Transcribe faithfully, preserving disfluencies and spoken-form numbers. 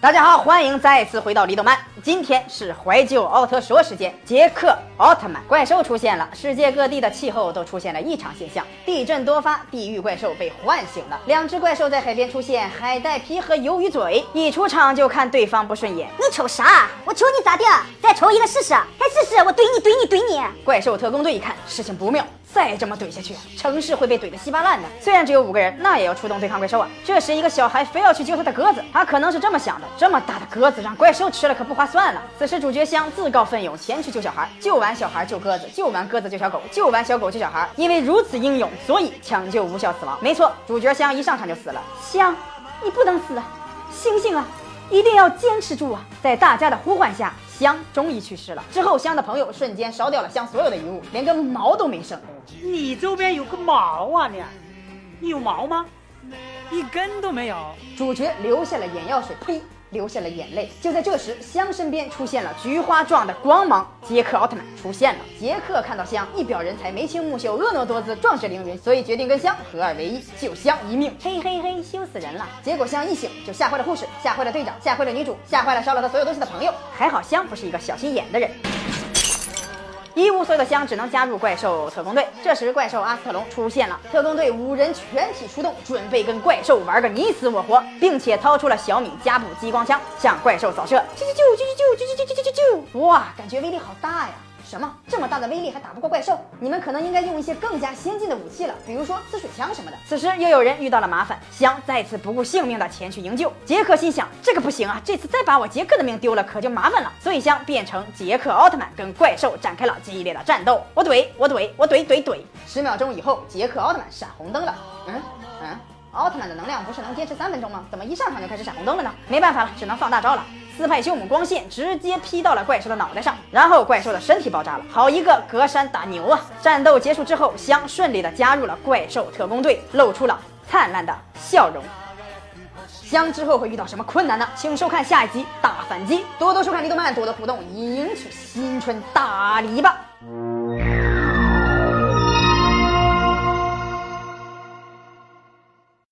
大家好，欢迎再次回到李动漫。今天是怀旧奥特说时间，杰克奥特曼怪兽出现了，世界各地的气候都出现了异常现象，地震多发，地狱怪兽被唤醒了。两只怪兽在海边出现，海带皮和鱿鱼嘴，一出场就看对方不顺眼。 你瞅啥？我瞅你咋的？再瞅一个试试，还试试？我怼你怼你怼你！ 怪兽特工队一看事情不妙，再这么怼下去，城市会被怼得稀巴烂的。虽然只有五个人，那也要出动对抗怪兽啊。这时一个小孩非要去救他的鸽子，他可能是这么想的：这么大的鸽子让怪兽吃了可不划算了。此时主角香自告奋勇前去救小孩，救完小孩救鸽子，救完鸽子救小狗，救完小狗救小孩。因为如此英勇，所以抢救无效死亡。没错，主角香一上场就死了。香，你不能死，醒醒啊！一定要坚持住啊！在大家的呼唤下，香终于去世了。之后，香的朋友瞬间烧掉了香所有的遗物，连个毛都没剩。 你周边有个毛啊你？你有毛吗？一根都没有。 主角流下了眼药水，呸，流下了眼泪。就在这时，香身边出现了菊花状的光芒，杰克奥特曼出现了。杰克看到香，一表人才，眉清目秀，婀娜多姿，壮实凌云，所以决定跟香合二为一，救香一命。嘿嘿嘿，羞死人了！结果香一醒就吓坏了护士，吓坏了队长，吓坏了女主，吓坏了烧了他所有东西的朋友。还好香不是一个小心眼的人。一无所有的香只能加入怪兽特工队。这时怪兽阿斯特龙出现了，特工队五人全体出动，准备跟怪兽玩个你死我活，并且掏出了小米加步激光枪向怪兽扫射。啾啾啾啾啾啾啾啾啾啾！哇，感觉威力好大呀！什么？这么大的威力还打不过怪兽？你们可能应该用一些更加先进的武器了，比如说呲水枪什么的。此时又有人遇到了麻烦，香再次不顾性命的前去营救。杰克心想，这个不行啊，这次再把我杰克的命丢了可就麻烦了。所以香变成杰克奥特曼，跟怪兽展开了激烈的战斗。我怼，我怼，我怼怼怼。十秒钟以后，杰克奥特曼闪红灯了。嗯嗯，奥特曼的能量不是能坚持三分钟吗？怎么一上场就开始闪红灯了呢？没办法了，只能放大招了。斯派修姆光线直接劈到了怪兽的脑袋上，然后怪兽的身体爆炸了。好一个隔山打牛啊！战斗结束之后，香顺利的加入了怪兽特工队，露出了灿烂的笑容。香之后会遇到什么困难呢？请收看下一集大反击，多多收看李动漫，多多互动，迎娶新春大礼吧！